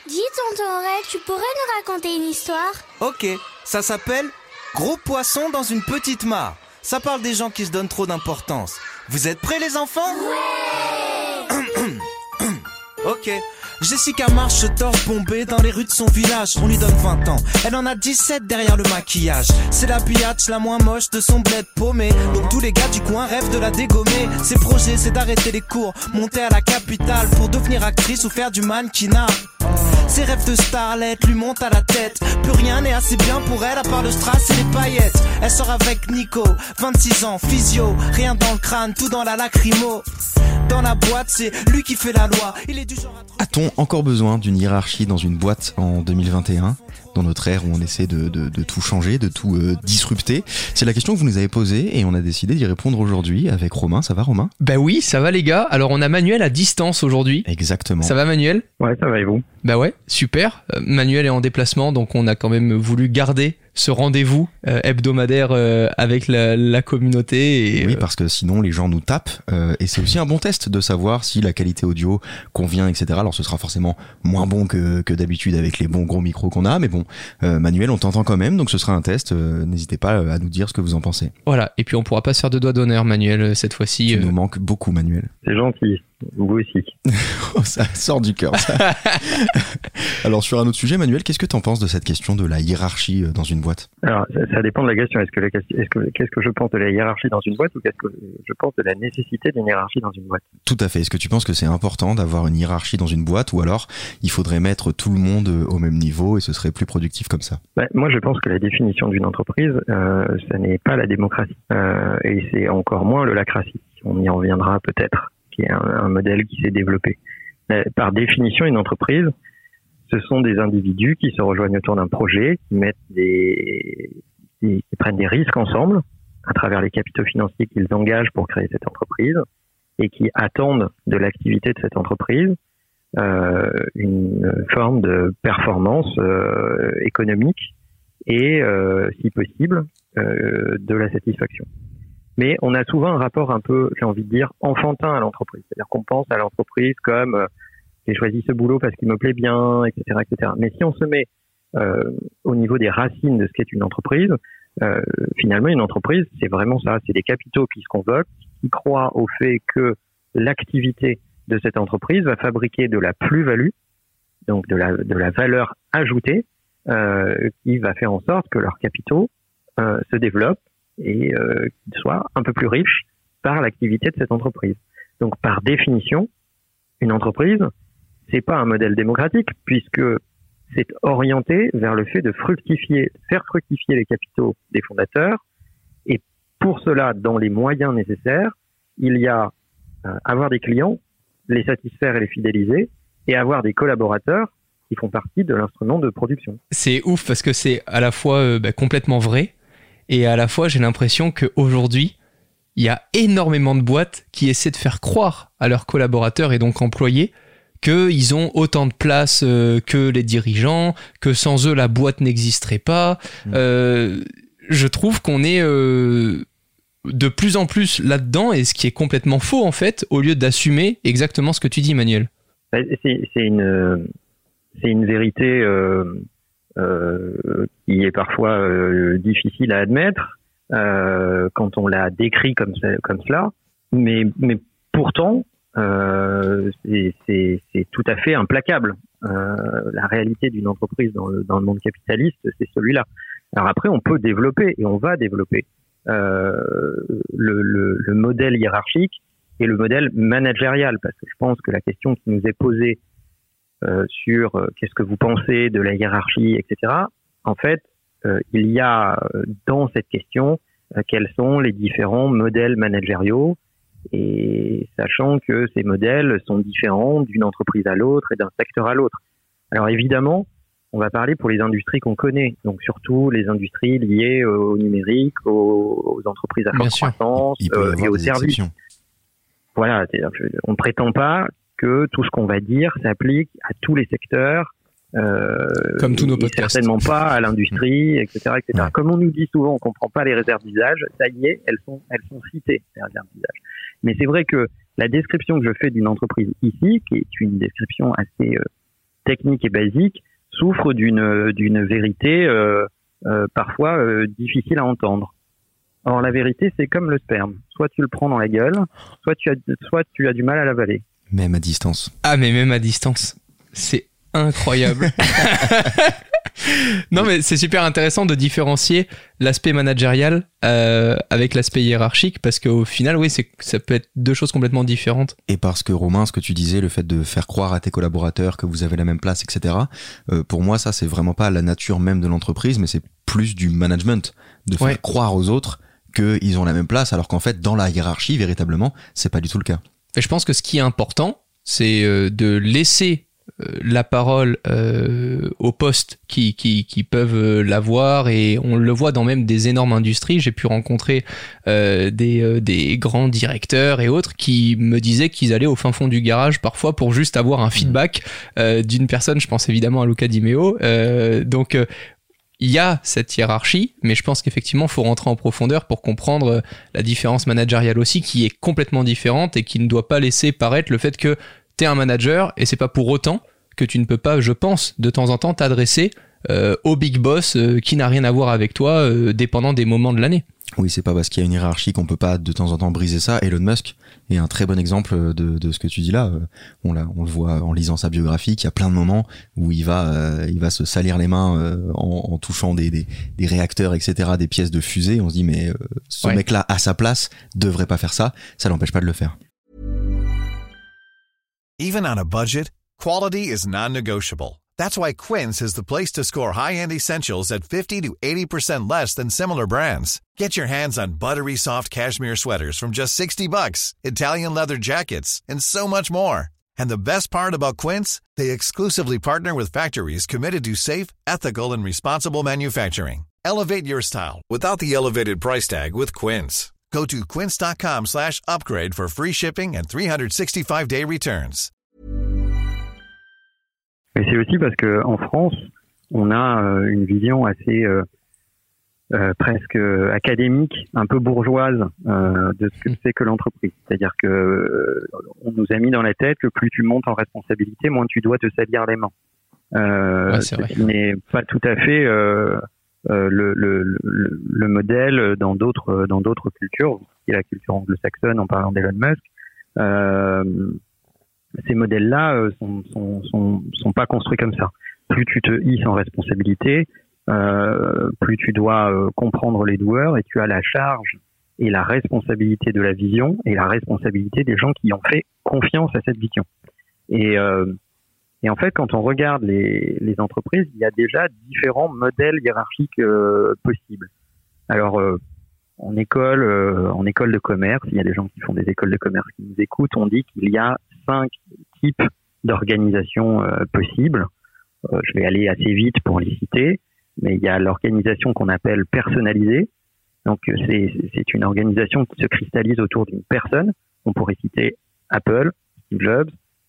Dis, tonton Aurel, tu pourrais nous raconter une histoire ? Ok, ça s'appelle Gros poisson dans une petite mare. Ça parle des gens qui se donnent trop d'importance. Vous êtes prêts les enfants ? Ouais. Ok. Jessica marche torse bombée dans les rues de son village. On lui donne 20 ans, elle en a 17 derrière le maquillage. C'est la biatch la moins moche de son bled paumé. Donc tous les gars du coin rêvent de la dégommer. Ses projets c'est d'arrêter les cours, monter à la capitale pour devenir actrice ou faire du mannequinat. Ses rêves de starlet lui montent à la tête. Plus rien n'est assez bien pour elle à part le strass et les paillettes. Elle sort avec Nico, 26 ans, physio. Rien dans le crâne, tout dans la lacrymo. Dans la boîte, c'est lui qui fait la loi. Il est du genre à... A-t-on encore besoin d'une hiérarchie dans une boîte en 2021 ? Dans notre ère où on essaie de tout changer, de tout disrupter. C'est la question que vous nous avez posée et on a décidé d'y répondre aujourd'hui avec Romain. Ça va Romain ? Bah oui, ça va les gars. Alors on a Manuel à distance aujourd'hui. Exactement. Ça va Manuel ? Ouais, ça va et vous ? Bah ouais, super. Manuel est en déplacement, donc on a quand même voulu garder ce rendez-vous hebdomadaire avec la communauté. Et, oui, parce que sinon les gens nous tapent et c'est aussi un bon test de savoir si la qualité audio convient, etc. Alors ce sera forcément moins bon que d'habitude avec les bons gros micros qu'on a, mais bon, Manuel, on t'entend quand même, donc ce sera un test. N'hésitez pas à nous dire ce que vous en pensez. Voilà, et puis on pourra pas se faire de doigt d'honneur, Manuel, cette fois-ci. Tu nous manques beaucoup, Manuel. C'est gentil. Vous aussi. Ça sort du cœur, ça. Alors, sur un autre sujet, Manuel, qu'est-ce que tu en penses de cette question de la hiérarchie dans une boîte ? Alors, ça dépend de la question. Qu'est-ce que je pense de la hiérarchie dans une boîte ou qu'est-ce que je pense de la nécessité d'une hiérarchie dans une boîte ? Tout à fait. Est-ce que tu penses que c'est important d'avoir une hiérarchie dans une boîte ou alors il faudrait mettre tout le monde au même niveau et ce serait plus productif comme ça ? Moi, je pense que la définition d'une entreprise, ça n'est pas la démocratie. Et c'est encore moins le lacratie. On y reviendra peut-être, qui est un modèle qui s'est développé. Par définition, une entreprise, ce sont des individus qui se rejoignent autour d'un projet, qui mettent qui prennent des risques ensemble à travers les capitaux financiers qu'ils engagent pour créer cette entreprise et qui attendent de l'activité de cette entreprise une forme de performance économique et, si possible, de la satisfaction. Mais on a souvent un rapport un peu, j'ai envie de dire, enfantin à l'entreprise. C'est-à-dire qu'on pense à l'entreprise comme j'ai choisi ce boulot parce qu'il me plaît bien, etc., etc. Mais si on se met au niveau des racines de ce qu'est une entreprise, finalement, une entreprise, c'est vraiment ça. C'est des capitaux qui se convoquent, qui croient au fait que l'activité de cette entreprise va fabriquer de la plus-value, donc de la valeur ajoutée, qui va faire en sorte que leurs capitaux se développent et qu'ils soient un peu plus riches par l'activité de cette entreprise. Donc, par définition, une entreprise, c'est pas un modèle démocratique puisque c'est orienté vers le fait de faire fructifier les capitaux des fondateurs. Et pour cela, dans les moyens nécessaires, il y a avoir des clients, les satisfaire et les fidéliser, et avoir des collaborateurs qui font partie de l'instrument de production. C'est ouf parce que c'est à la fois complètement vrai, et à la fois j'ai l'impression qu'aujourd'hui, il y a énormément de boîtes qui essaient de faire croire à leurs collaborateurs et donc employés qu'ils ont autant de place que les dirigeants, que sans eux la boîte n'existerait pas. Je trouve qu'on est de plus en plus là-dedans, et ce qui est complètement faux en fait, au lieu d'assumer exactement ce que tu dis, Manuel. C'est une vérité qui est parfois difficile à admettre quand on la décrit comme cela, mais pourtant c'est tout à fait implacable. La réalité d'une entreprise dans le monde capitaliste, c'est celui-là. Alors après, on peut développer et on va développer le modèle hiérarchique et le modèle managérial, parce que je pense que la question qui nous est posée sur qu'est-ce que vous pensez de la hiérarchie, etc. En fait, il y a dans cette question quels sont les différents modèles managériaux, et sachant que ces modèles sont différents d'une entreprise à l'autre et d'un secteur à l'autre. Alors évidemment, on va parler pour les industries qu'on connaît, donc surtout les industries liées au numérique, aux entreprises à forte croissance et aux services. Voilà, on ne prétend pas que tout ce qu'on va dire s'applique à tous les secteurs, comme tous nos podcasts. Certainement pas à l'industrie, etc., etc. Ouais. Comme on nous dit souvent, on comprend pas les réserves d'usage. Ça y est, elles sont citées, les réserves d'usage. Mais c'est vrai que la description que je fais d'une entreprise ici, qui est une description assez techniques et basiques souffrent d'une vérité parfois difficile à entendre. Or, la vérité, c'est comme le sperme. Soit tu le prends dans la gueule, soit tu as du mal à l'avaler. Même à distance. Ah, mais même à distance. C'est incroyable. Non, mais c'est super intéressant de différencier l'aspect managérial avec l'aspect hiérarchique, parce qu'au final, oui, ça peut être deux choses complètement différentes. Et parce que Romain, ce que tu disais, le fait de faire croire à tes collaborateurs que vous avez la même place, etc., pour moi, ça, c'est vraiment pas la nature même de l'entreprise, mais c'est plus du management, de faire croire aux autres qu'ils ont la même place, alors qu'en fait, dans la hiérarchie, véritablement, c'est pas du tout le cas. Et je pense que ce qui est important, c'est de laisser la parole aux postes qui peuvent l'avoir, et on le voit dans même des énormes industries. J'ai pu rencontrer des grands directeurs et autres qui me disaient qu'ils allaient au fin fond du garage parfois pour juste avoir un feedback d'une personne. Je pense évidemment à Luca Di Meo. Donc il y a cette hiérarchie, mais je pense qu'effectivement, il faut rentrer en profondeur pour comprendre la différence managériale aussi, qui est complètement différente et qui ne doit pas laisser paraître le fait que t'es un manager, et c'est pas pour autant que tu ne peux pas, je pense, de temps en temps t'adresser au big boss qui n'a rien à voir avec toi, dépendant des moments de l'année. Oui, c'est pas parce qu'il y a une hiérarchie qu'on peut pas de temps en temps briser ça. Elon Musk est un très bon exemple de ce que tu dis là. On le voit en lisant sa biographie, qu'il y a plein de moments où il va se salir les mains en touchant des réacteurs, etc., des pièces de fusée. On se dit mais ce mec-là à sa place devrait pas faire ça. Ça l'empêche pas de le faire. Even on a budget, quality is non-negotiable. That's why Quince is the place to score high-end essentials at 50 to 80% less than similar brands. Get your hands on buttery soft cashmere sweaters from just $60, Italian leather jackets, and so much more. And the best part about Quince, they exclusively partner with factories committed to safe, ethical, and responsible manufacturing. Elevate your style without the elevated price tag with Quince. Go to quince.com/upgrade for free shipping and 365-day returns. Mais c'est aussi parce que en France, on a une vision assez presque académique, un peu bourgeoise de ce que c'est que l'entreprise. C'est-à-dire que on nous a mis dans la tête que plus tu montes en responsabilité, moins tu dois te salir les mains. C'est vrai. Ce qui n'est pas tout à fait le modèle dans d'autres cultures, qui est la culture anglo-saxonne en parlant d'Elon Musk. Ces modèles-là sont pas construits comme ça. Plus tu te hisses en responsabilité, plus tu dois comprendre les doueurs, et tu as la charge et la responsabilité de la vision et la responsabilité des gens qui ont fait confiance à cette vision. Et en fait, quand on regarde les entreprises, il y a déjà différents modèles hiérarchiques possibles. Alors en école de commerce, il y a des gens qui font des écoles de commerce qui nous écoutent, on dit qu'il y a 5 types d'organisations possibles. Je vais aller assez vite pour les citer, mais il y a l'organisation qu'on appelle personnalisée. Donc c'est une organisation qui se cristallise autour d'une personne. On pourrait citer Apple, Steve Jobs,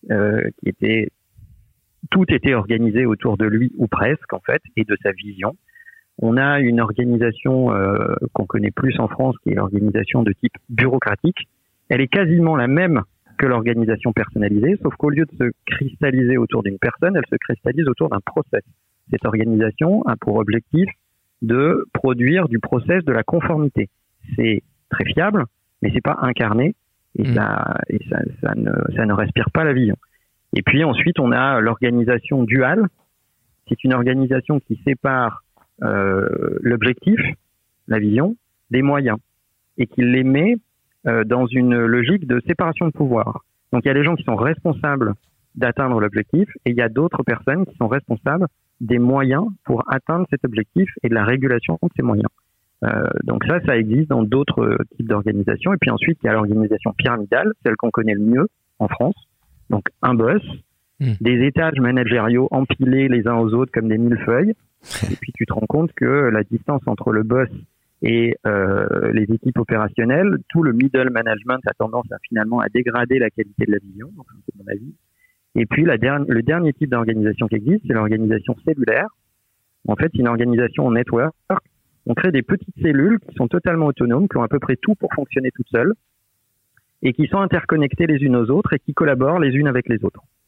tout était organisé autour de lui, ou presque en fait, et de sa vision. On a une organisation qu'on connaît plus en France, qui est l'organisation de type bureaucratique. Elle est quasiment la même que l'organisation personnalisée, sauf qu'au lieu de se cristalliser autour d'une personne, elle se cristallise autour d'un process. Cette organisation a pour objectif de produire du process de la conformité. C'est très fiable, mais c'est pas incarné, et ça ne respire pas la vision. Et puis ensuite, on a l'organisation duale. C'est une organisation qui sépare l'objectif, la vision, des moyens, et qui les met dans une logique de séparation de pouvoir. Donc il y a des gens qui sont responsables d'atteindre l'objectif, et il y a d'autres personnes qui sont responsables des moyens pour atteindre cet objectif et de la régulation de ces moyens. Donc ça existe dans d'autres types d'organisations. Et puis ensuite, il y a l'organisation pyramidale, celle qu'on connaît le mieux en France. Donc un boss, des étages managériaux empilés les uns aux autres comme des millefeuilles. Et puis tu te rends compte que la distance entre le boss et les équipes opérationnelles, tout le middle management a tendance finalement à dégrader la qualité de la vision, donc c'est mon avis. Et puis le dernier type d'organisation qui existe, c'est l'organisation cellulaire. En fait, c'est une organisation en network. On crée des petites cellules qui sont totalement autonomes, qui ont à peu près tout pour fonctionner toutes seules, et qui sont interconnectées les unes aux autres et qui collaborent les unes avec les autres.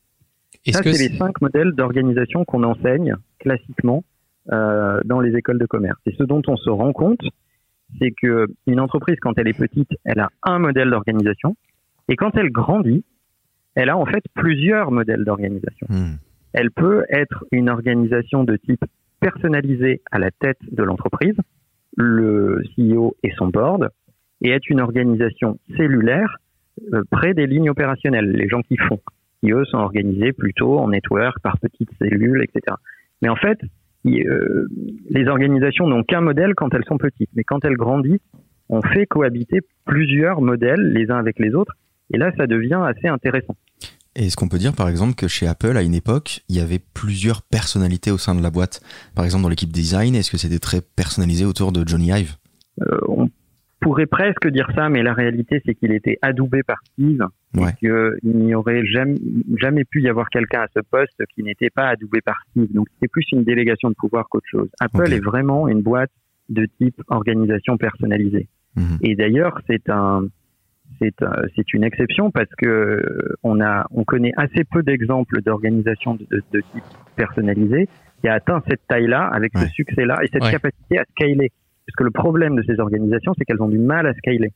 Ça, c'est les 5 modèles d'organisation qu'on enseigne classiquement dans les écoles de commerce. Et ce dont on se rend compte, c'est qu'une entreprise, quand elle est petite, elle a un modèle d'organisation. Et quand elle grandit, elle a en fait plusieurs modèles d'organisation. Elle peut être une organisation de type personnalisé à la tête de l'entreprise, le CEO et son board, et être une organisation cellulaire près des lignes opérationnelles, les gens qui font, qui eux sont organisés plutôt en network, par petites cellules, etc. Mais en fait, les organisations n'ont qu'un modèle quand elles sont petites, mais quand elles grandissent, on fait cohabiter plusieurs modèles les uns avec les autres, et là ça devient assez intéressant. Et est-ce qu'on peut dire par exemple que chez Apple, à une époque, il y avait plusieurs personnalités au sein de la boîte? Par exemple dans l'équipe design, est-ce que c'était très personnalisé autour de Johnny Ive? On pourrait presque dire ça, mais la réalité c'est qu'il était adoubé par Steve, et qu'il n'y aurait jamais pu y avoir quelqu'un à ce poste qui n'était pas adoubé par Steve. Donc c'est plus une délégation de pouvoir qu'autre chose. Apple est vraiment une boîte de type organisation personnalisée. Et d'ailleurs c'est une exception parce que on connaît assez peu d'exemples d'organisations de type personnalisé qui a atteint cette taille-là avec ce succès-là et cette capacité à scaler. Parce que le problème de ces organisations, c'est qu'elles ont du mal à scaler.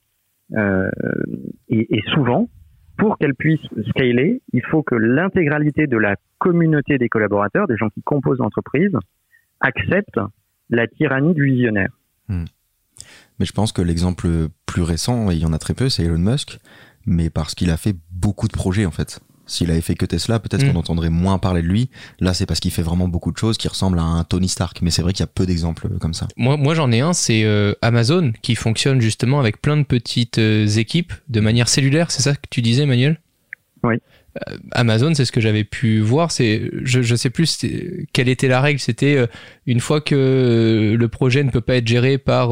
Et souvent, pour qu'elles puissent scaler, il faut que l'intégralité de la communauté des collaborateurs, des gens qui composent l'entreprise, acceptent la tyrannie du visionnaire. Mais je pense que l'exemple plus récent, et il y en a très peu, c'est Elon Musk, mais parce qu'il a fait beaucoup de projets en fait. S'il avait fait que Tesla, peut-être qu'on entendrait moins parler de lui. Là, c'est parce qu'il fait vraiment beaucoup de choses qui ressemblent à un Tony Stark. Mais c'est vrai qu'il y a peu d'exemples comme ça. Moi j'en ai un, c'est Amazon, qui fonctionne justement avec plein de petites équipes de manière cellulaire. C'est ça que tu disais, Manuel ? Oui. Amazon, c'est ce que j'avais pu voir. Je sais plus quelle était la règle. C'était une fois que le projet ne peut pas être géré par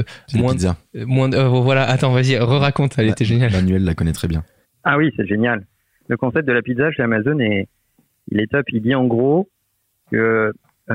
voilà. Attends, vas-y, raconte. Elle était géniale. Manuel la connaît très bien. Ah oui, c'est génial. Le concept de la pizza chez Amazon il est top. Il dit en gros que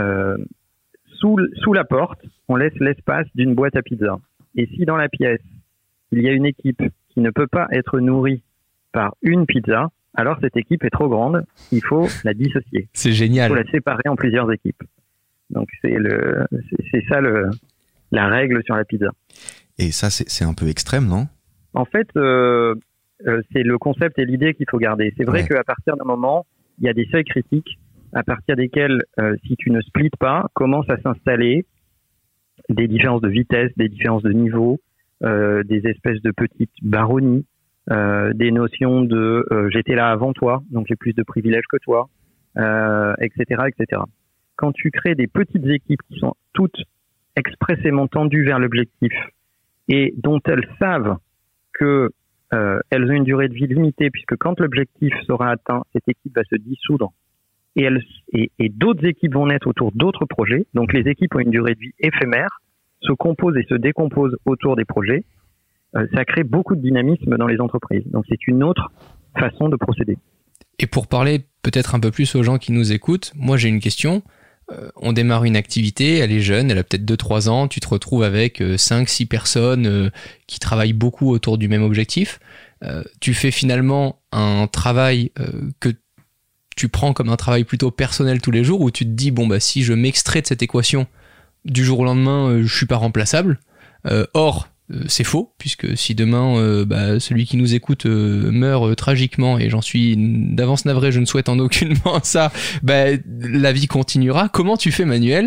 sous la porte, on laisse l'espace d'une boîte à pizza. Et si dans la pièce, il y a une équipe qui ne peut pas être nourrie par une pizza, alors cette équipe est trop grande, il faut la dissocier. C'est génial. Il faut la séparer en plusieurs équipes. Donc c'est ça la règle sur la pizza. Et ça, c'est un peu extrême, non ? En fait, c'est le concept et l'idée qu'il faut garder. C'est vrai qu'à partir d'un moment, il y a des seuils critiques à partir desquels, si tu ne splits pas, commencent à s'installer des différences de vitesse, des différences de niveau, des espèces de petites baronnies, des notions de j'étais là avant toi, donc j'ai plus de privilèges que toi, etc., etc. Quand tu crées des petites équipes qui sont toutes expressément tendues vers l'objectif et dont elles savent que elles ont une durée de vie limitée, puisque quand l'objectif sera atteint, cette équipe va se dissoudre et d'autres équipes vont naître autour d'autres projets. Donc les équipes ont une durée de vie éphémère, se composent et se décomposent autour des projets. Ça crée beaucoup de dynamisme dans les entreprises. Donc c'est une autre façon de procéder. Et pour parler peut-être un peu plus aux gens qui nous écoutent, moi j'ai une question. On démarre une activité, elle est jeune, elle a peut-être 2-3 ans, tu te retrouves avec 5-6 personnes qui travaillent beaucoup autour du même objectif. Tu fais finalement un travail que tu prends comme un travail plutôt personnel tous les jours, où tu te dis, bon bah si je m'extrais de cette équation, du jour au lendemain, je suis pas remplaçable. Or, c'est faux, puisque si demain celui qui nous écoute meurt tragiquement, et j'en suis d'avance navré, je ne souhaite en aucunement ça, la vie continuera. Comment tu fais, Manuel,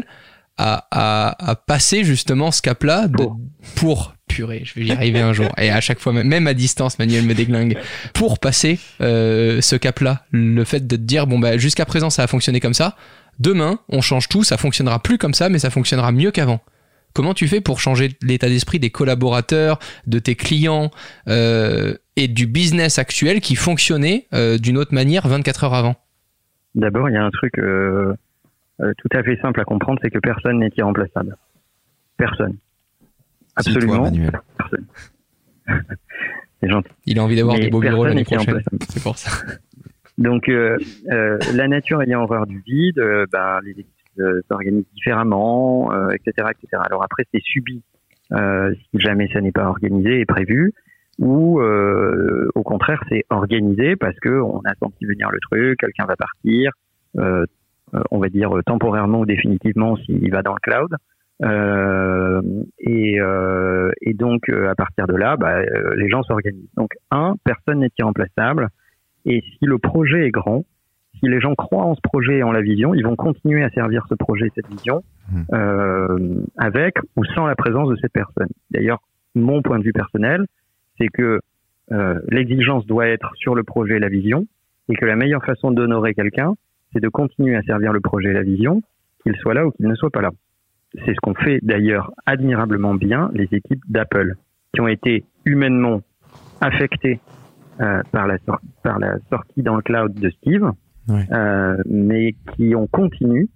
à passer justement ce cap-là pour purée, je vais y arriver un jour, et à chaque fois, même à distance, Manuel me déglingue, pour passer ce cap-là, le fait de te dire, jusqu'à présent ça a fonctionné comme ça, demain on change tout, ça fonctionnera plus comme ça, mais ça fonctionnera mieux qu'avant. Comment tu fais pour changer l'état d'esprit des collaborateurs, de tes clients et du business actuel qui fonctionnait d'une autre manière 24 heures avant ? D'abord, il y a un truc tout à fait simple à comprendre, c'est que personne n'est irremplaçable. Personne. Absolument. Toi, Manuel. Personne. C'est gentil. Il a envie d'avoir des beaux bureaux l'année prochaine. C'est pour ça. Donc, la nature ayant horreur du vide, les équipes s'organisent différemment, etc., etc. Alors après, c'est subi si jamais ça n'est pas organisé et prévu. ou au contraire c'est organisé parce que on a senti venir le truc, quelqu'un va partir, on va dire temporairement ou définitivement s'il va dans le cloud, et donc à partir de là, les gens s'organisent. Donc personne n'est irremplaçable, et si le projet est grand, si les gens croient en ce projet et en la vision, ils vont continuer à servir ce projet, cette vision, avec ou sans la présence de cette personne. D'ailleurs, mon point de vue personnel, c'est que l'exigence doit être sur le projet et la vision, et que la meilleure façon d'honorer quelqu'un, c'est de continuer à servir le projet et la vision, qu'il soit là ou qu'il ne soit pas là. C'est ce qu'ont fait d'ailleurs admirablement bien les équipes d'Apple, qui ont été humainement affectées par la sortie dans le cloud de Steve, mais qui ont continué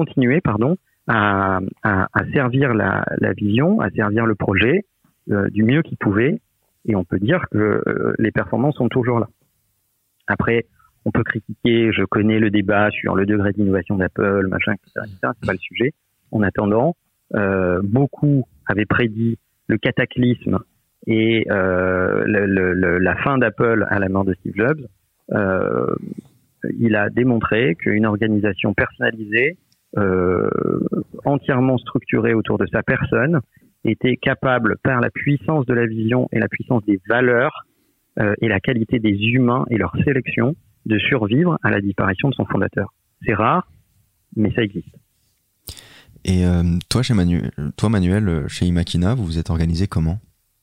à servir la vision, à servir le projet du mieux qu'ils pouvaient, et on peut dire que les performances sont toujours là. Après, on peut critiquer, je connais le débat sur le degré d'innovation d'Apple, machin, etc., c'est pas le sujet. En attendant, beaucoup avaient prédit le cataclysme et la fin d'Apple à la mort de Steve Jobs. Il a démontré qu'une organisation personnalisée, entièrement structurée autour de sa personne, était capable, par la puissance de la vision et la puissance des valeurs et la qualité des humains et leur sélection, de survivre à la disparition de son fondateur. C'est rare, mais ça existe. Et toi, Manuel, chez Imakina, vous vous êtes organisé comment ?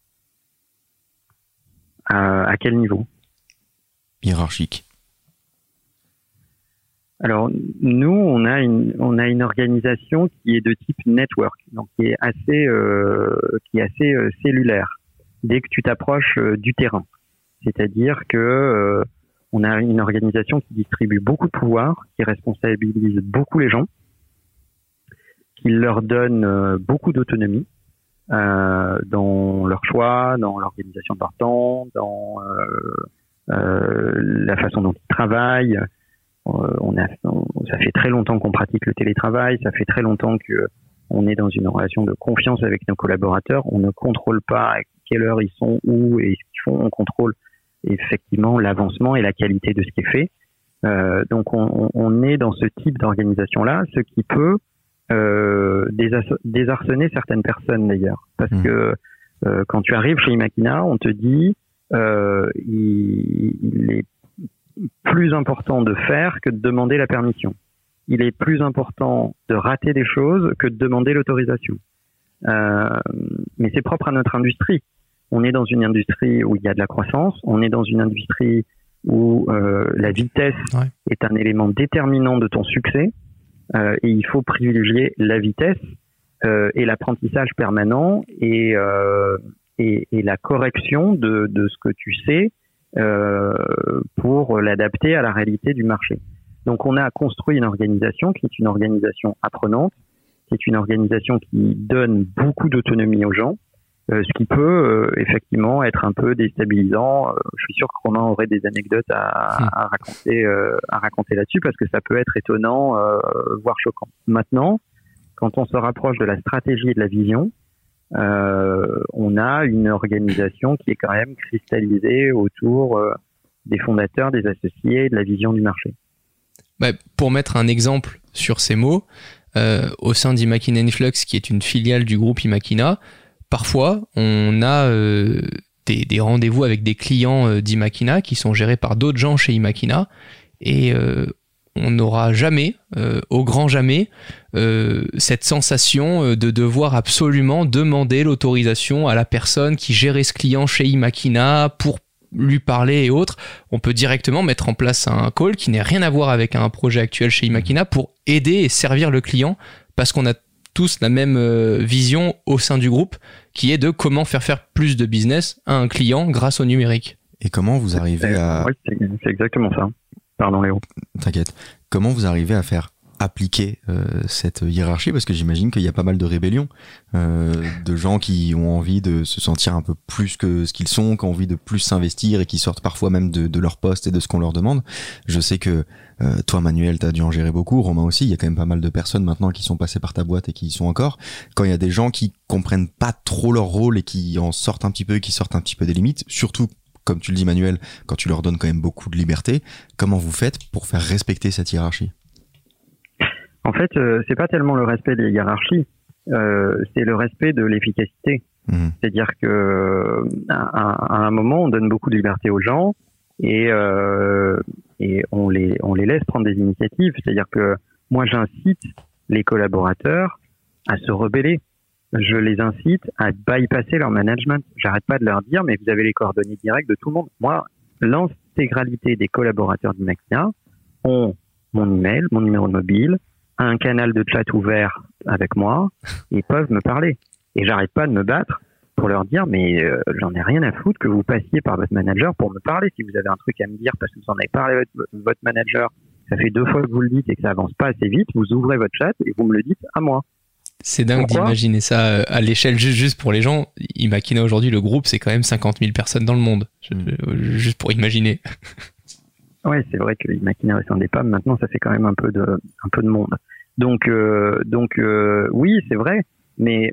À quel niveau ? Hiérarchique. Alors, nous, on a une organisation qui est de type network, donc qui est assez cellulaire. Dès que tu t'approches du terrain, c'est-à-dire que on a une organisation qui distribue beaucoup de pouvoir, qui responsabilise beaucoup les gens, qui leur donne beaucoup d'autonomie dans leur choix, dans l'organisation de leur temps, dans la façon dont ils travaillent. Ça fait très longtemps qu'on pratique le télétravail, ça fait très longtemps qu'on est dans une relation de confiance avec nos collaborateurs. On ne contrôle pas à quelle heure ils sont, où et ce qu'ils font. On contrôle effectivement l'avancement et la qualité de ce qui est fait. Donc on est dans ce type d'organisation-là, ce qui peut désarçonner certaines personnes d'ailleurs. Parce que quand tu arrives chez Imakina, on te dit il est plus important de faire que de demander la permission. Il est plus important de rater des choses que de demander l'autorisation. Mais c'est propre à notre industrie. On est dans une industrie où il y a de la croissance, on est dans une industrie où la vitesse est un élément déterminant de ton succès, et il faut privilégier la vitesse et l'apprentissage permanent et la correction de ce que tu sais pour l'adapter à la réalité du marché. Donc on a construit une organisation qui est une organisation apprenante, qui est une organisation qui donne beaucoup d'autonomie aux gens, ce qui peut effectivement être un peu déstabilisant. Je suis sûr que Romain aurait des anecdotes à raconter là-dessus, parce que ça peut être étonnant, voire choquant. Maintenant, quand on se rapproche de la stratégie et de la vision, on a une organisation qui est quand même cristallisée autour des fondateurs, des associés, de la vision du marché. Pour mettre un exemple sur ces mots, au sein d'Imakina Influx, qui est une filiale du groupe Imakina, parfois on a des rendez-vous avec des clients d'Imakina qui sont gérés par d'autres gens chez Imakina, et on n'aura jamais, au grand jamais, cette sensation de devoir absolument demander l'autorisation à la personne qui gérait ce client chez Imakina pour lui parler et autres. On peut directement mettre en place un call qui n'a rien à voir avec un projet actuel chez Imakina pour aider et servir le client, parce qu'on a tous la même vision au sein du groupe, qui est de comment faire plus de business à un client grâce au numérique. Et comment vous arrivez à... Oui, c'est exactement ça. Pardon Léo. T'inquiète. Comment vous arrivez à faire appliquer cette hiérarchie, parce que j'imagine qu'il y a pas mal de rébellions, de gens qui ont envie de se sentir un peu plus que ce qu'ils sont, qui ont envie de plus s'investir et qui sortent parfois même de leur poste et de ce qu'on leur demande. Je sais que toi, Manuel, t'as dû en gérer beaucoup, Romain aussi, il y a quand même pas mal de personnes maintenant qui sont passées par ta boîte et qui y sont encore. Quand il y a des gens qui comprennent pas trop leur rôle et qui en sortent un petit peu, qui sortent un petit peu des limites, surtout comme tu le dis, Manuel, quand tu leur donnes quand même beaucoup de liberté, comment vous faites pour faire respecter cette hiérarchie ? En fait, c'est pas tellement le respect des hiérarchies, c'est le respect de l'efficacité. C'est-à-dire que à un moment, on donne beaucoup de liberté aux gens et on les laisse prendre des initiatives. C'est-à-dire que moi, j'incite les collaborateurs à se rebeller. Je les incite à bypasser leur management. J'arrête pas de leur dire, mais vous avez les coordonnées directes de tout le monde. Moi, l'intégralité des collaborateurs d'Imakina ont mon email, mon numéro de mobile, un canal de chat ouvert avec moi et peuvent me parler. Et j'arrête pas de me battre pour leur dire, mais j'en ai rien à foutre que vous passiez par votre manager pour me parler. Si vous avez un truc à me dire parce que vous en avez parlé avec votre manager, ça fait 2 fois que vous le dites et que ça avance pas assez vite, vous ouvrez votre chat et vous me le dites à moi. C'est dingue d'imaginer ça à l'échelle, juste pour les gens. Imakina aujourd'hui, le groupe, c'est quand même 50 000 personnes dans le monde. Juste pour imaginer. Ouais, c'est vrai que Imakina au sein des PAM, maintenant, ça fait quand même un peu de monde. Donc oui, c'est vrai, mais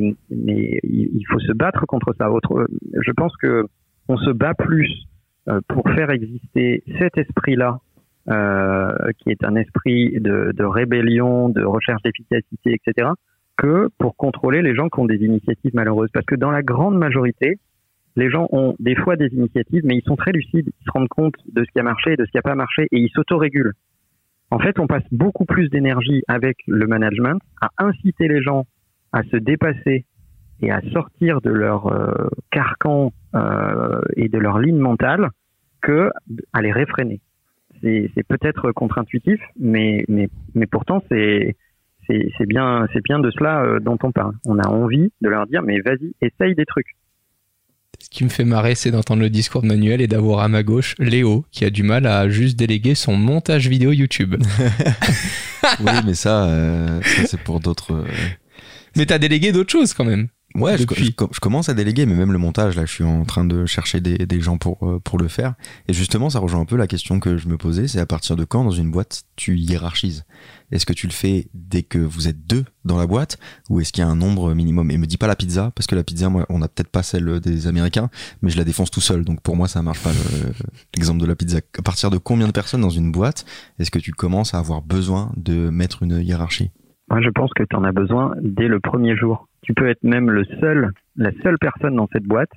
il faut se battre contre ça. Je pense que on se bat plus pour faire exister cet esprit-là, qui est un esprit de rébellion, de recherche d'efficacité, etc., que pour contrôler les gens qui ont des initiatives malheureuses. Parce que dans la grande majorité, les gens ont des fois des initiatives, mais ils sont très lucides, ils se rendent compte de ce qui a marché et de ce qui n'a pas marché, et ils s'autorégulent. En fait, on passe beaucoup plus d'énergie avec le management à inciter les gens à se dépasser et à sortir de leur carcan et de leur ligne mentale que à les réfréner. C'est peut-être contre-intuitif, mais pourtant c'est bien de cela dont on parle. On a envie de leur dire, mais vas-y, essaye des trucs. Ce qui me fait marrer, c'est d'entendre le discours de Manuel et d'avoir à ma gauche Léo, qui a du mal à juste déléguer son montage vidéo YouTube. Oui, mais ça c'est pour d'autres... Mais t'as délégué d'autres choses quand même. Ouais, je commence à déléguer, mais même le montage, là, je suis en train de chercher des gens pour le faire. Et justement, ça rejoint un peu la question que je me posais, c'est à partir de quand, dans une boîte, tu hiérarchises ? Est-ce que tu le fais dès que vous êtes 2 dans la boîte, ou est-ce qu'il y a un nombre minimum ? Et me dis pas la pizza, parce que la pizza, moi, on n'a peut-être pas celle des Américains, mais je la défonce tout seul, donc pour moi, ça marche pas l'exemple de la pizza. À partir de combien de personnes dans une boîte, est-ce que tu commences à avoir besoin de mettre une hiérarchie ? Moi, je pense que tu en as besoin dès le premier jour. Tu peux être même la seule personne dans cette boîte,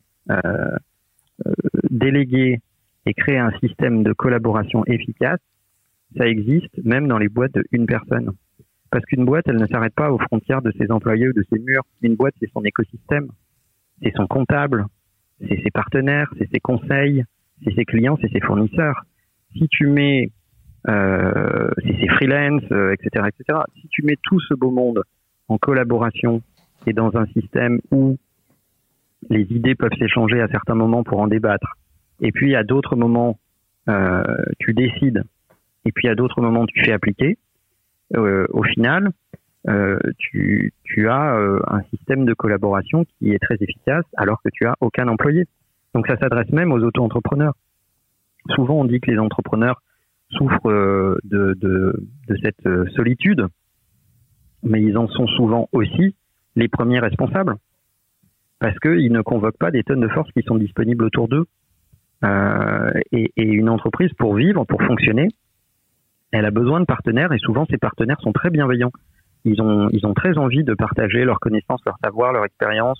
déléguer et créer un système de collaboration efficace. Ça existe même dans les boîtes de une personne. Parce qu'une boîte, elle ne s'arrête pas aux frontières de ses employés ou de ses murs. Une boîte, c'est son écosystème, c'est son comptable, c'est ses partenaires, c'est ses conseils, c'est ses clients, c'est ses fournisseurs. Si tu mets c'est ses freelance, etc., etc. Si tu mets tout ce beau monde en collaboration et dans un système où les idées peuvent s'échanger à certains moments pour en débattre, et puis à d'autres moments tu décides, et puis à d'autres moments tu fais appliquer, au final tu as un système de collaboration qui est très efficace alors que tu as aucun employé. Donc ça s'adresse même aux auto-entrepreneurs. Souvent on dit que les entrepreneurs souffrent de cette solitude, mais ils en sont souvent aussi les premiers responsables, parce qu'ils ne convoquent pas des tonnes de forces qui sont disponibles autour d'eux. Et une entreprise, pour vivre, pour fonctionner, elle a besoin de partenaires, et souvent ces partenaires sont très bienveillants. Ils ont très envie de partager leurs connaissances, leur savoir, leur expérience,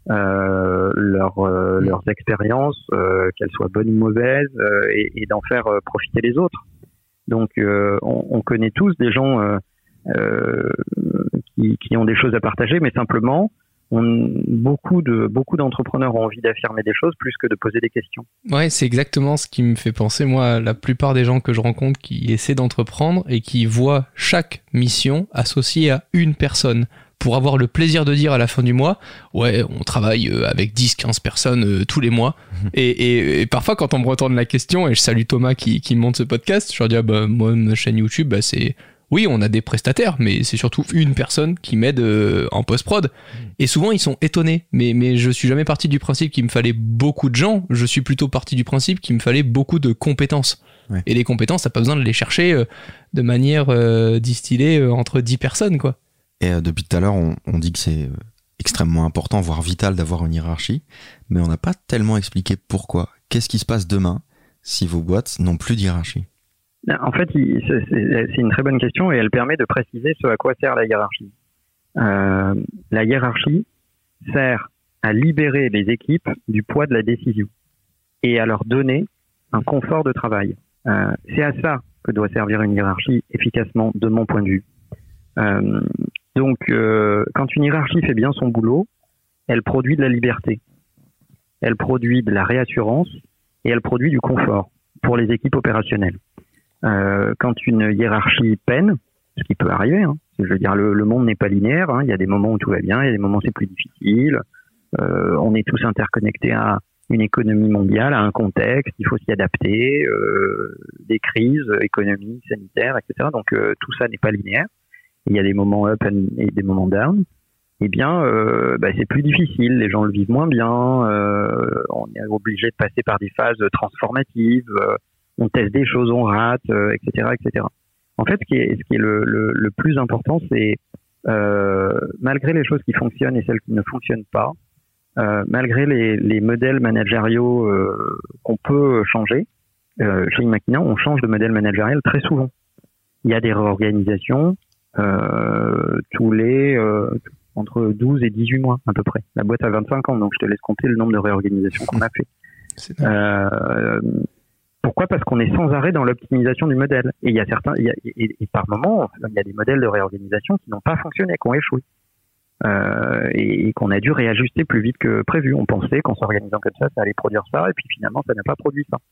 leurs expériences, qu'elles soient bonnes ou mauvaises, et d'en faire profiter les autres. Donc on connaît tous des gens qui ont des choses à partager, mais simplement beaucoup d'entrepreneurs ont envie d'affirmer des choses plus que de poser des questions. Ouais, c'est exactement ce qui me fait penser, moi, la plupart des gens que je rencontre qui essaient d'entreprendre et qui voient chaque mission associée à une personne, pour avoir le plaisir de dire à la fin du mois, ouais, on travaille avec 10-15 personnes tous les mois. Et parfois, quand on me retourne la question, et je salue Thomas qui monte ce podcast, je leur dis, moi, ma chaîne YouTube, c'est oui, on a des prestataires, mais c'est surtout une personne qui m'aide en post-prod. Et souvent, ils sont étonnés. Mais je suis jamais parti du principe qu'il me fallait beaucoup de gens. Je suis plutôt parti du principe qu'il me fallait beaucoup de compétences. Ouais. Et les compétences, t'as pas besoin de les chercher de manière distillée entre 10 personnes, quoi. Et depuis tout à l'heure, on dit que c'est extrêmement important, voire vital, d'avoir une hiérarchie. Mais on n'a pas tellement expliqué pourquoi. Qu'est-ce qui se passe demain si vos boîtes n'ont plus de hiérarchie ? En fait, c'est une très bonne question et elle permet de préciser ce à quoi sert la hiérarchie. La hiérarchie sert à libérer les équipes du poids de la décision et à leur donner un confort de travail. C'est à ça que doit servir une hiérarchie efficacement, de mon point de vue. Donc, quand une hiérarchie fait bien son boulot, elle produit de la liberté, elle produit de la réassurance et elle produit du confort pour les équipes opérationnelles. Quand une hiérarchie peine, ce qui peut arriver, hein, je veux dire, le monde n'est pas linéaire, hein, il y a des moments où tout va bien, il y a des moments où c'est plus difficile, on est tous interconnectés à une économie mondiale, à un contexte, il faut s'y adapter, des crises économiques, sanitaires, etc. Donc tout ça n'est pas linéaire, il y a des moments up et des moments down. Eh bien, c'est plus difficile, les gens le vivent moins bien, on est obligé de passer par des phases transformatives, on teste des choses, on rate, etc., etc. En fait, ce qui est le plus important, c'est malgré les choses qui fonctionnent et celles qui ne fonctionnent pas, malgré les modèles managériaux qu'on peut changer, chez Imakina, on change de modèle managérial très souvent. Il y a des réorganisations tous les entre 12 et 18 mois à peu près. La boîte a 25 ans, donc je te laisse compter le nombre de réorganisations qu'on a fait. Pourquoi ? Parce qu'on est sans arrêt dans l'optimisation du modèle. Et il y a certains, et par moment, il y a des modèles de réorganisation qui n'ont pas fonctionné, qui ont échoué. Et qu'on a dû réajuster plus vite que prévu. On pensait qu'en s'organisant comme ça allait produire ça, et puis finalement, ça n'a pas produit ça.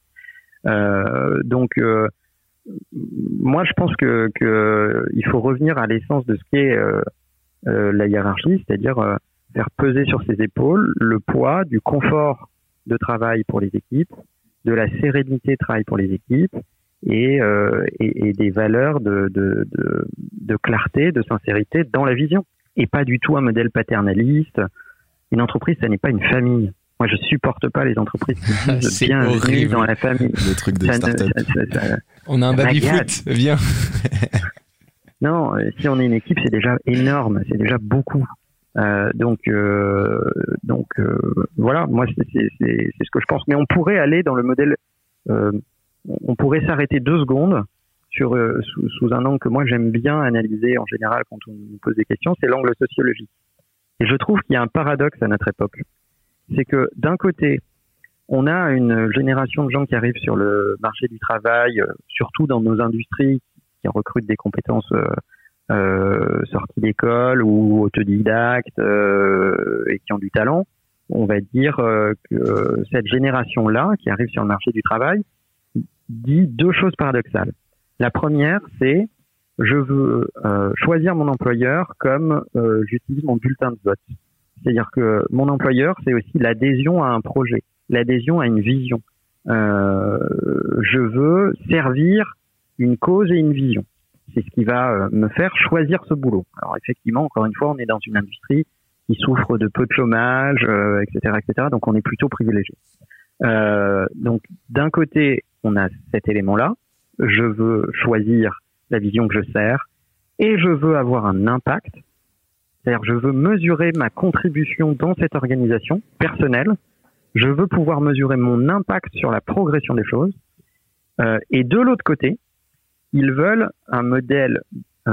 Moi, je pense que il faut revenir à l'essence de ce qu'est la hiérarchie, c'est-à-dire faire peser sur ses épaules le poids du confort de travail pour les équipes, de la sérénité de travail pour les équipes et des valeurs de clarté, de sincérité dans la vision. Et pas du tout un modèle paternaliste. Une entreprise, ça n'est pas une famille. Moi, je supporte pas les entreprises qui disent bienvenue dans la famille. Le truc de start-up. On a un baby-foot, viens. Non, si on est une équipe, c'est déjà énorme, c'est déjà beaucoup. Donc voilà, moi c'est ce que je pense. Mais on pourrait aller dans le modèle, on pourrait s'arrêter 2 secondes sur sous un angle que moi j'aime bien analyser en général quand on nous pose des questions, c'est l'angle sociologique. Et je trouve qu'il y a un paradoxe à notre époque, c'est que d'un côté, on a une génération de gens qui arrivent sur le marché du travail, surtout dans nos industries, qui recrutent des compétences sorties d'école ou autodidactes et qui ont du talent. On va dire que cette génération-là, qui arrive sur le marché du travail, dit 2 choses paradoxales. La première, c'est je veux choisir mon employeur comme j'utilise mon bulletin de vote. C'est-à-dire que mon employeur, c'est aussi l'adhésion à un projet, l'adhésion à une vision. Je veux servir une cause et une vision. C'est ce qui va me faire choisir ce boulot. Alors effectivement, encore une fois, on est dans une industrie qui souffre de peu de chômage, etc., etc. Donc on est plutôt privilégié. Donc d'un côté, on a cet élément-là. Je veux choisir la vision que je sers et je veux avoir un impact. C'est-à-dire, je veux mesurer ma contribution dans cette organisation personnelle. Je veux pouvoir mesurer mon impact sur la progression des choses. Et de l'autre côté, ils veulent un modèle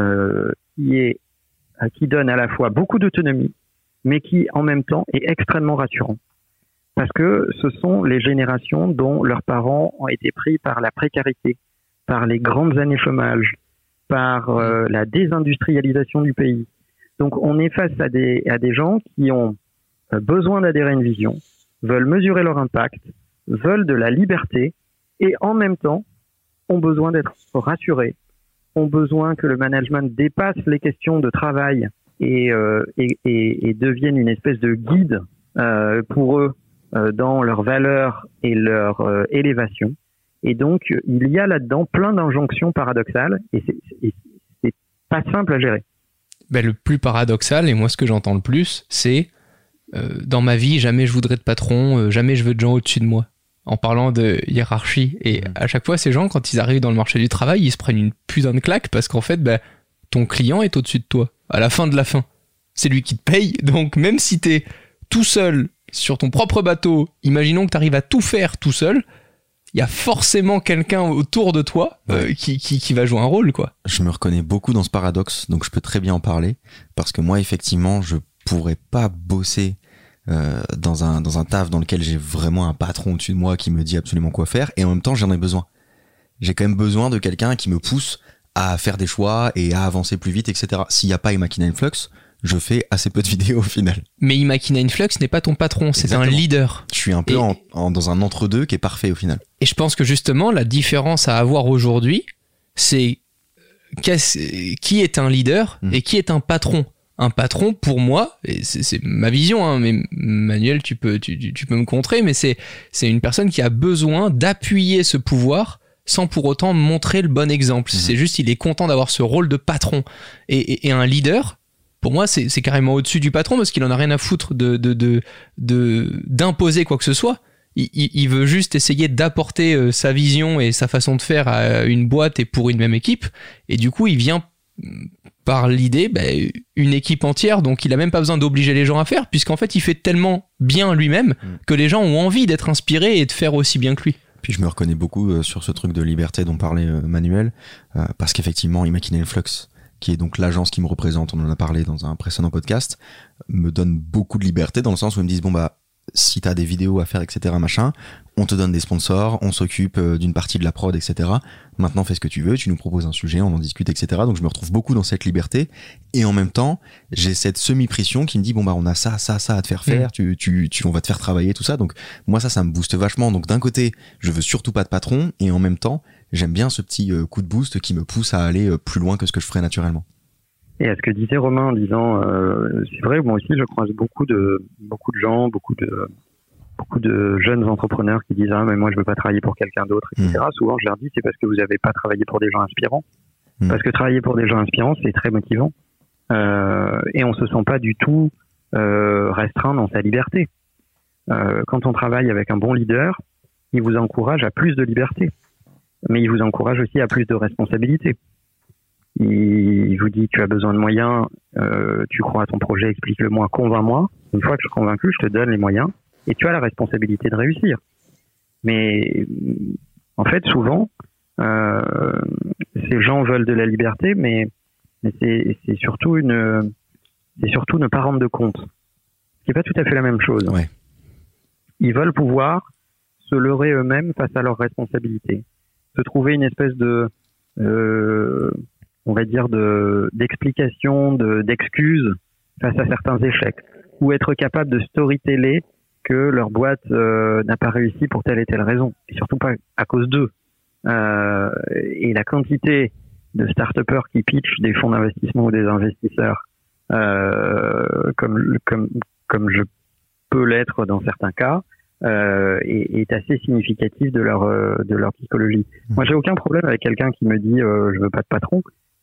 qui donne à la fois beaucoup d'autonomie, mais qui en même temps est extrêmement rassurant. Parce que ce sont les générations dont leurs parents ont été pris par la précarité, par les grandes années chômage, par la désindustrialisation du pays. Donc on est face à des gens qui ont besoin d'adhérer à une vision, veulent mesurer leur impact, veulent de la liberté et en même temps ont besoin d'être rassurés, ont besoin que le management dépasse les questions de travail et devienne une espèce de guide pour eux dans leurs valeurs et leur élévation. Et donc il y a là-dedans plein d'injonctions paradoxales et c'est pas simple à gérer. Ben, le plus paradoxal, et moi ce que j'entends le plus, c'est dans ma vie, jamais je voudrais de patron, jamais je veux de gens au-dessus de moi. En parlant de hiérarchie. Et à chaque fois, ces gens, quand ils arrivent dans le marché du travail, ils se prennent une putain de claque parce qu'en fait, ben, ton client est au-dessus de toi. À la fin de la fin. C'est lui qui te paye. Donc même si t'es tout seul sur ton propre bateau, imaginons que t'arrives à tout faire tout seul, il y a forcément quelqu'un autour de toi qui va jouer un rôle, quoi. Je me reconnais beaucoup dans ce paradoxe, donc je peux très bien en parler, parce que moi, effectivement, je pourrais pas bosser dans un taf dans lequel j'ai vraiment un patron au-dessus de moi qui me dit absolument quoi faire, et en même temps, j'en ai besoin. J'ai quand même besoin de quelqu'un qui me pousse à faire des choix et à avancer plus vite, etc. S'il n'y a pas Imakina Influx, je fais assez peu de vidéos au final. Mais Imakina Influx n'est pas ton patron, c'est Exactement. un leader. Je suis un peu dans un entre-deux qui est parfait au final. Et je pense que justement, la différence à avoir aujourd'hui, c'est qui est un leader et qui est un patron. Un patron, pour moi, et c'est ma vision, hein, mais Manuel, tu peux me contrer, mais c'est une personne qui a besoin d'appuyer ce pouvoir sans pour autant montrer le bon exemple. C'est juste, il est content d'avoir ce rôle de patron. Et un leader, pour moi, c'est carrément au-dessus du patron parce qu'il en a rien à foutre d'imposer quoi que ce soit. Il veut juste essayer d'apporter sa vision et sa façon de faire à une boîte et pour une même équipe. Et du coup, il vient par l'idée, une équipe entière, donc il a même pas besoin d'obliger les gens à faire, puisqu'en fait, il fait tellement bien lui-même que les gens ont envie d'être inspirés et de faire aussi bien que lui. Puis je me reconnais beaucoup sur ce truc de liberté dont parlait Manuel, parce qu'effectivement, Imakina Influx, qui est donc l'agence qui me représente, on en a parlé dans un précédent podcast, me donne beaucoup de liberté dans le sens où ils me disent, si t'as des vidéos à faire, etc., machin, on te donne des sponsors, on s'occupe d'une partie de la prod, etc. Maintenant, fais ce que tu veux, tu nous proposes un sujet, on en discute, etc. Donc, je me retrouve beaucoup dans cette liberté. Et en même temps, j'ai cette semi-pression qui me dit, on a ça à te faire faire, on va te faire travailler, tout ça. Donc, moi, ça me booste vachement. Donc, d'un côté, je veux surtout pas de patron. Et en même temps, j'aime bien ce petit coup de boost qui me pousse à aller plus loin que ce que je ferais naturellement. Et à ce que disait Romain en disant, c'est vrai, moi aussi je croise beaucoup de gens, beaucoup de jeunes entrepreneurs qui disent mais moi je veux pas travailler pour quelqu'un d'autre, etc. Souvent je leur dis c'est parce que vous n'avez pas travaillé pour des gens inspirants, parce que travailler pour des gens inspirants c'est très motivant et on se sent pas du tout restreint dans sa liberté. Quand on travaille avec un bon leader, il vous encourage à plus de liberté, mais il vous encourage aussi à plus de responsabilité. Il vous dit tu as besoin de moyens, tu crois à ton projet, explique-le-moi, convainc-moi. Une fois que je suis convaincu, je te donne les moyens et tu as la responsabilité de réussir. Mais en fait, souvent, ces gens veulent de la liberté, mais c'est surtout ne pas rendre de compte. Ce qui n'est pas tout à fait la même chose. Ouais. Ils veulent pouvoir se leurrer eux-mêmes face à leurs responsabilités, se trouver une espèce de on va dire d'explication, d'excuses face à certains échecs, ou être capable de storyteller que leur boîte n'a pas réussi pour telle et telle raison, et surtout pas à cause d'eux. Et la quantité de start-upers qui pitchent des fonds d'investissement ou des investisseurs, comme je peux l'être dans certains cas, est assez significatif de leur psychologie. Moi, j'ai aucun problème avec quelqu'un qui me dit je veux pas de patron.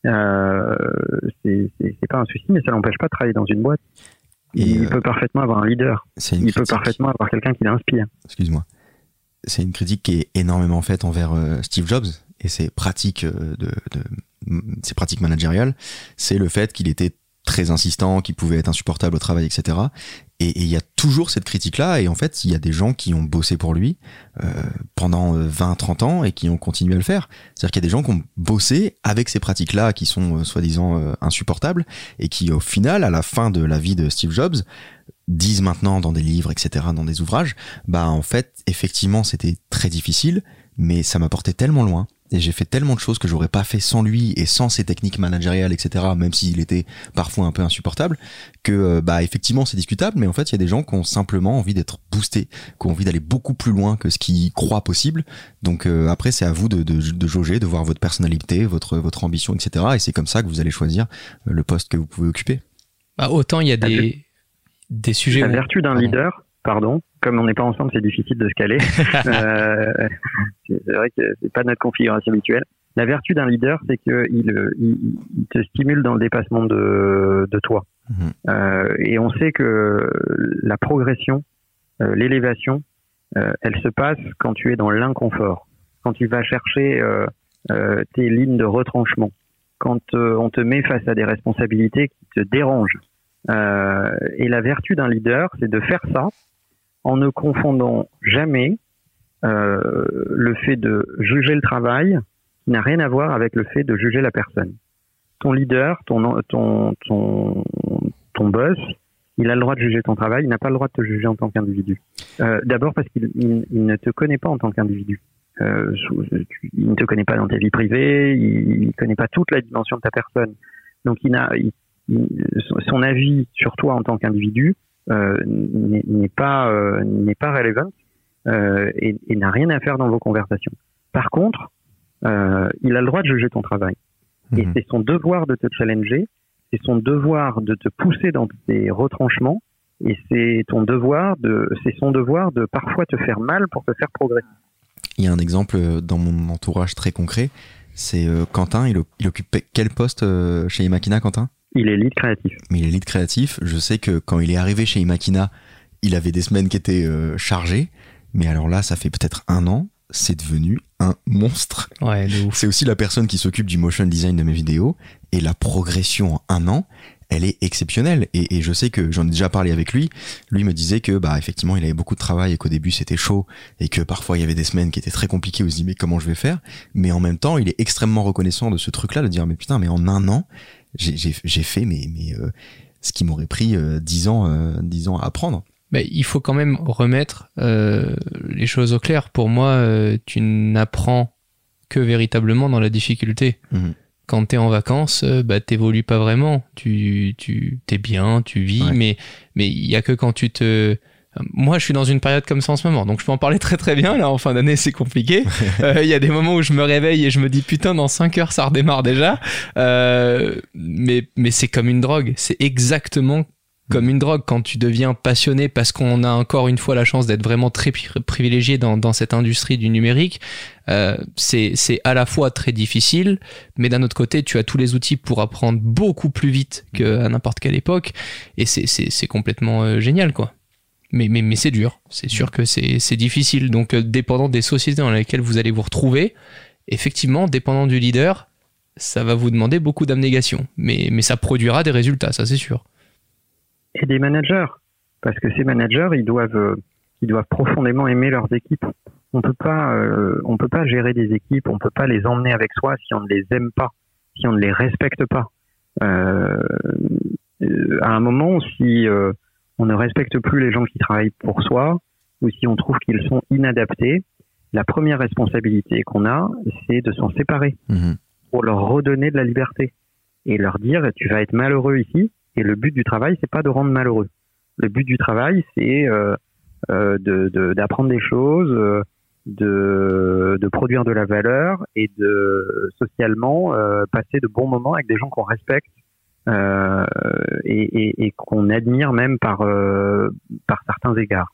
C'est pas un souci, mais ça l'empêche pas de travailler dans une boîte. Il peut parfaitement avoir un leader. Il peut parfaitement avoir quelqu'un qui l'inspire. Excuse-moi. C'est une critique qui est énormément faite envers Steve Jobs et ses pratiques ses pratiques managériales. C'est le fait qu'il était très insistant, qu'il pouvait être insupportable au travail, etc. Et il y a toujours cette critique-là, et en fait, il y a des gens qui ont bossé pour lui pendant 20-30 ans et qui ont continué à le faire. C'est-à-dire qu'il y a des gens qui ont bossé avec ces pratiques-là qui sont soi-disant insupportables, et qui, au final, à la fin de la vie de Steve Jobs, disent maintenant dans des livres, etc., dans des ouvrages, en fait, effectivement, c'était très difficile, mais ça m'a porté tellement loin. Et j'ai fait tellement de choses que j'aurais pas fait sans lui et sans ses techniques managériales, etc., même s'il était parfois un peu insupportable, que effectivement c'est discutable, mais en fait il y a des gens qui ont simplement envie d'être boostés, qui ont envie d'aller beaucoup plus loin que ce qu'ils croient possible. Donc après c'est à vous de jauger, de voir votre personnalité, votre ambition, etc., et c'est comme ça que vous allez choisir le poste que vous pouvez occuper. Autant il y a des sujets... La vertu d'un leader, comme on n'est pas ensemble, c'est difficile de se caler. C'est vrai que c'est pas notre configuration habituelle. La vertu d'un leader, c'est qu'il te stimule dans le dépassement de toi. Et on sait que la progression, l'élévation, elle se passe quand tu es dans l'inconfort, quand tu vas chercher tes lignes de retranchement, quand on te met face à des responsabilités qui te dérangent. Et la vertu d'un leader, c'est de faire ça en ne confondant jamais le fait de juger le travail qui n'a rien à voir avec le fait de juger la personne. Ton leader, ton boss, il a le droit de juger ton travail, il n'a pas le droit de te juger en tant qu'individu. D'abord parce qu'il ne te connaît pas en tant qu'individu. Il ne te connaît pas dans ta vie privée, il ne connaît pas toute la dimension de ta personne. Donc son avis sur toi en tant qu'individu n'est pas relevant et n'a rien à faire dans vos conversations. Par contre, il a le droit de juger ton travail. Et c'est son devoir de te challenger, c'est son devoir de te pousser dans tes retranchements, et c'est son devoir de parfois te faire mal pour te faire progresser. Il y a un exemple dans mon entourage très concret, c'est Quentin. Il occupe quel poste chez Emakina, Quentin ? Il est lead créatif. Mais il est lead créatif. Je sais que quand il est arrivé chez Emakina, il avait des semaines qui étaient chargées. Mais alors là, ça fait peut-être 1 an, c'est devenu un monstre. Ouais, de ouf. C'est aussi la personne qui s'occupe du motion design de mes vidéos. Et la progression en 1 an, elle est exceptionnelle. Et je sais que j'en ai déjà parlé avec lui. Lui me disait que, effectivement, il avait beaucoup de travail et qu'au début, c'était chaud. Et que parfois, il y avait des semaines qui étaient très compliquées où il se dit, mais comment je vais faire ? Mais en même temps, il est extrêmement reconnaissant de ce truc-là, de dire, mais putain, mais en 1 an, j'ai fait ce qui m'aurait pris 10 ans à apprendre. Il faut quand même remettre les choses au clair. Pour moi, tu n'apprends que véritablement dans la difficulté. Quand t'es en vacances, t'évolues pas vraiment. Tu t'es bien, tu vis, mais il y a que quand tu te... Moi, je suis dans une période comme ça en ce moment, donc je peux en parler très très bien. Là, en fin d'année, c'est compliqué. Il y a des moments où je me réveille et je me dis putain, dans 5 heures, ça redémarre déjà. Mais c'est comme une drogue. C'est exactement comme une drogue quand tu deviens passionné, parce qu'on a encore une fois la chance d'être vraiment très privilégié dans cette industrie du numérique. C'est à la fois très difficile, mais d'un autre côté, tu as tous les outils pour apprendre beaucoup plus vite qu'à n'importe quelle époque, et c'est complètement génial, quoi. Mais c'est dur, c'est sûr que c'est difficile. Donc, dépendant des sociétés dans lesquelles vous allez vous retrouver, effectivement, dépendant du leader, ça va vous demander beaucoup d'abnégation, mais ça produira des résultats, ça c'est sûr. Et des managers, parce que ces managers, ils doivent profondément aimer leurs équipes. On peut pas gérer des équipes, on peut pas les emmener avec soi si on ne les aime pas, si on ne les respecte pas. À un moment, si on ne respecte plus les gens qui travaillent pour soi, ou si on trouve qu'ils sont inadaptés, la première responsabilité qu'on a, c'est de s'en séparer pour leur redonner de la liberté et leur dire tu vas être malheureux ici. Et le but du travail, c'est pas de rendre malheureux. Le but du travail, c'est d'apprendre des choses, de produire de la valeur et de socialement passer de bons moments avec des gens qu'on respecte et qu'on admire même par certains égards.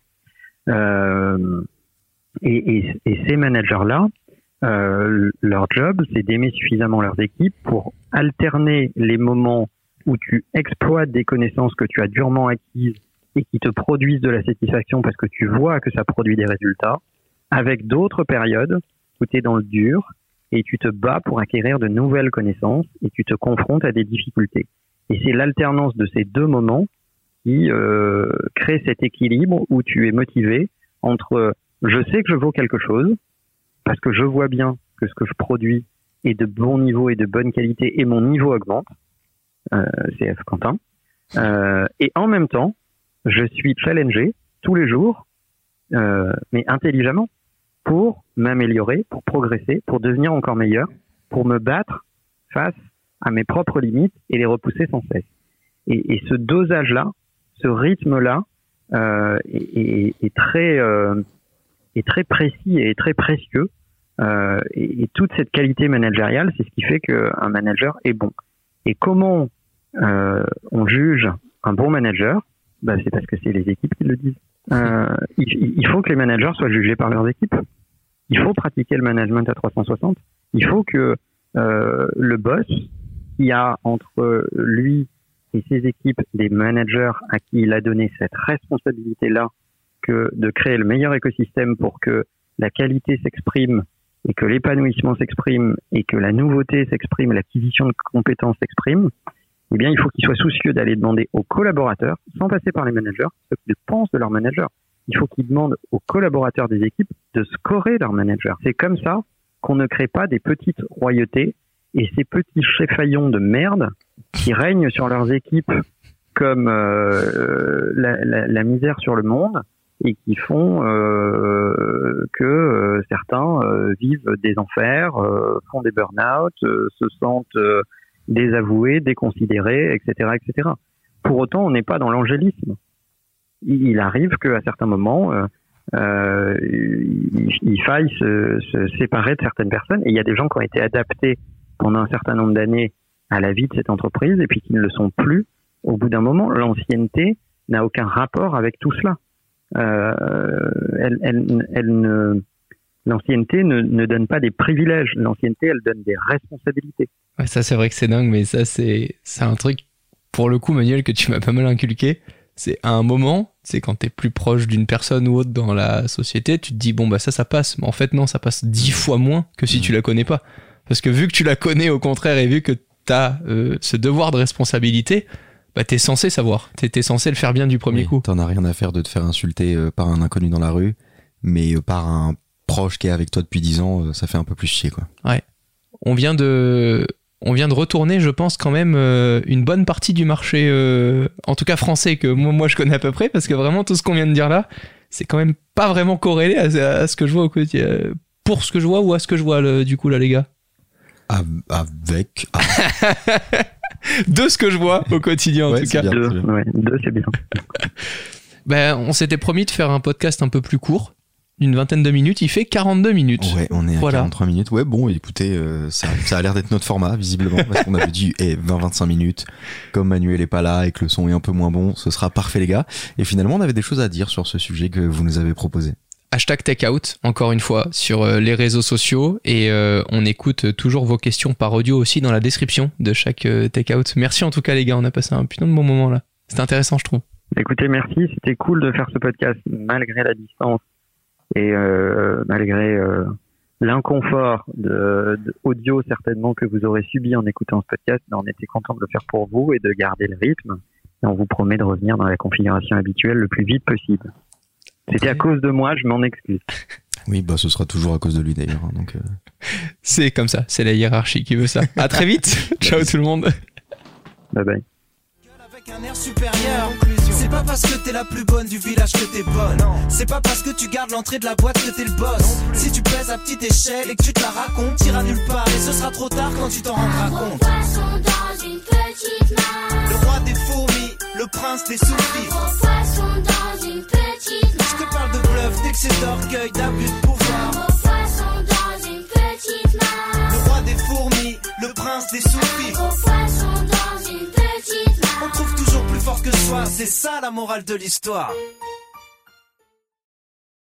Et ces managers-là, leur job, c'est d'aimer suffisamment leurs équipes pour alterner les moments où tu exploites des connaissances que tu as durement acquises et qui te produisent de la satisfaction parce que tu vois que ça produit des résultats, avec d'autres périodes où tu es dans le dur et tu te bats pour acquérir de nouvelles connaissances et tu te confrontes à des difficultés. Et c'est l'alternance de ces 2 moments qui crée cet équilibre où tu es motivé entre je sais que je vaux quelque chose parce que je vois bien que ce que je produis est de bon niveau et de bonne qualité et mon niveau augmente. CF Quentin. Et en même temps, je suis challengé tous les jours, mais intelligemment, pour m'améliorer, pour progresser, pour devenir encore meilleur, pour me battre face à mes propres limites et les repousser sans cesse. Et ce dosage-là, ce rythme-là, est très précis et très précieux. Et toute cette qualité managériale, c'est ce qui fait qu'un manager est bon. Et comment on juge un bon manager ? C'est parce que c'est les équipes qui le disent. Il faut que les managers soient jugés par leurs équipes. Il faut pratiquer le management à 360. Il faut que le boss qui a entre lui et ses équipes des managers à qui il a donné cette responsabilité-là que de créer le meilleur écosystème pour que la qualité s'exprime et que l'épanouissement s'exprime et que la nouveauté s'exprime, l'acquisition de compétences s'exprime, eh bien, il faut qu'ils soient soucieux d'aller demander aux collaborateurs, sans passer par les managers, ce qu'ils pensent de leurs managers. Il faut qu'ils demandent aux collaborateurs des équipes de scorer leurs managers. C'est comme ça qu'on ne crée pas des petites royautés et ces petits cheffaillons de merde qui règnent sur leurs équipes comme la misère sur le monde et qui font que certains vivent des enfers, font des burn-out, se sentent désavoués, déconsidérés, etc., etc. Pour autant, on n'est pas dans l'angélisme. Il arrive qu'à certains moments, il faille se séparer de certaines personnes. Et il y a des gens qui ont été adaptés pendant un certain nombre d'années à la vie de cette entreprise et puis qui ne le sont plus au bout d'un moment. L'ancienneté n'a aucun rapport avec tout cela. L'ancienneté ne donne pas des privilèges. L'ancienneté, elle donne des responsabilités. Ouais, ça, c'est vrai que c'est dingue, mais ça, c'est un truc, pour le coup, Manuel, que tu m'as pas mal inculqué. C'est à un moment, c'est quand t'es plus proche d'une personne ou autre dans la société, tu te dis, bon, bah ça passe. Mais en fait, non, ça passe 10 fois moins que si tu la connais pas. Parce que vu que tu la connais, au contraire, et vu que t'as ce devoir de responsabilité, bah t'es censé savoir. T'es censé le faire bien du premier coup. T'en as rien à faire de te faire insulter par un inconnu dans la rue, mais par un proche qui est avec toi depuis 10 ans, ça fait un peu plus chier, quoi. Ouais. On vient de retourner, je pense, quand même une bonne partie du marché, en tout cas français, que moi je connais à peu près, parce que vraiment tout ce qu'on vient de dire là, c'est quand même pas vraiment corrélé à ce que je vois au quotidien. Pour ce que je vois ou à ce que je vois, du coup, là, les gars? De ce que je vois au quotidien, en tout cas. Deux, c'est bien. Ben, on s'était promis de faire un podcast un peu plus court, d'une vingtaine de minutes. Il fait 42 minutes. Ouais, on est à 43 minutes. Ouais, bon, écoutez, ça a l'air d'être notre format, visiblement, parce qu'on avait dit 20-25 minutes. Comme Manuel est pas là et que le son est un peu moins bon, ce sera parfait, les gars. Et finalement, on avait des choses à dire sur ce sujet que vous nous avez proposé. #takeout, encore une fois, sur les réseaux sociaux, et on écoute toujours vos questions par audio aussi dans la description de chaque takeout. Merci en tout cas, les gars, on a passé un putain de bon moment là. C'était intéressant, je trouve. Écoutez, merci, c'était cool de faire ce podcast malgré la distance et malgré l'inconfort de audio certainement que vous aurez subi en écoutant ce podcast. Mais on était content de le faire pour vous et de garder le rythme, et on vous promet de revenir dans la configuration habituelle le plus vite possible. C'était à cause de moi, je m'en excuse. Oui, bah ce sera toujours à cause de lui d'ailleurs. Hein, donc c'est comme ça, c'est la hiérarchie qui veut ça. À très vite. Ciao tout le monde. Bye bye. Avec un air supérieur. C'est pas parce que t'es la plus bonne du village que t'es bonne. C'est pas parce que tu gardes l'entrée de la boîte que t'es le boss. Si tu pèses à petite échelle et que tu te la racontes, t'iras nulle part et ce sera trop tard quand tu t'en rendras compte. Poisson dans une petite mare. Le roi des fourmis, le prince des souris. Poisson dans une petite mare. Je te parle de bluff, d'excès d'orgueil, d'abus de pouvoir. Poisson dans une petite mare. Le roi des fourmis, le prince des souris. Poisson dans une petite mare. On trouve toujours plus fort que soi, c'est ça la morale de l'histoire.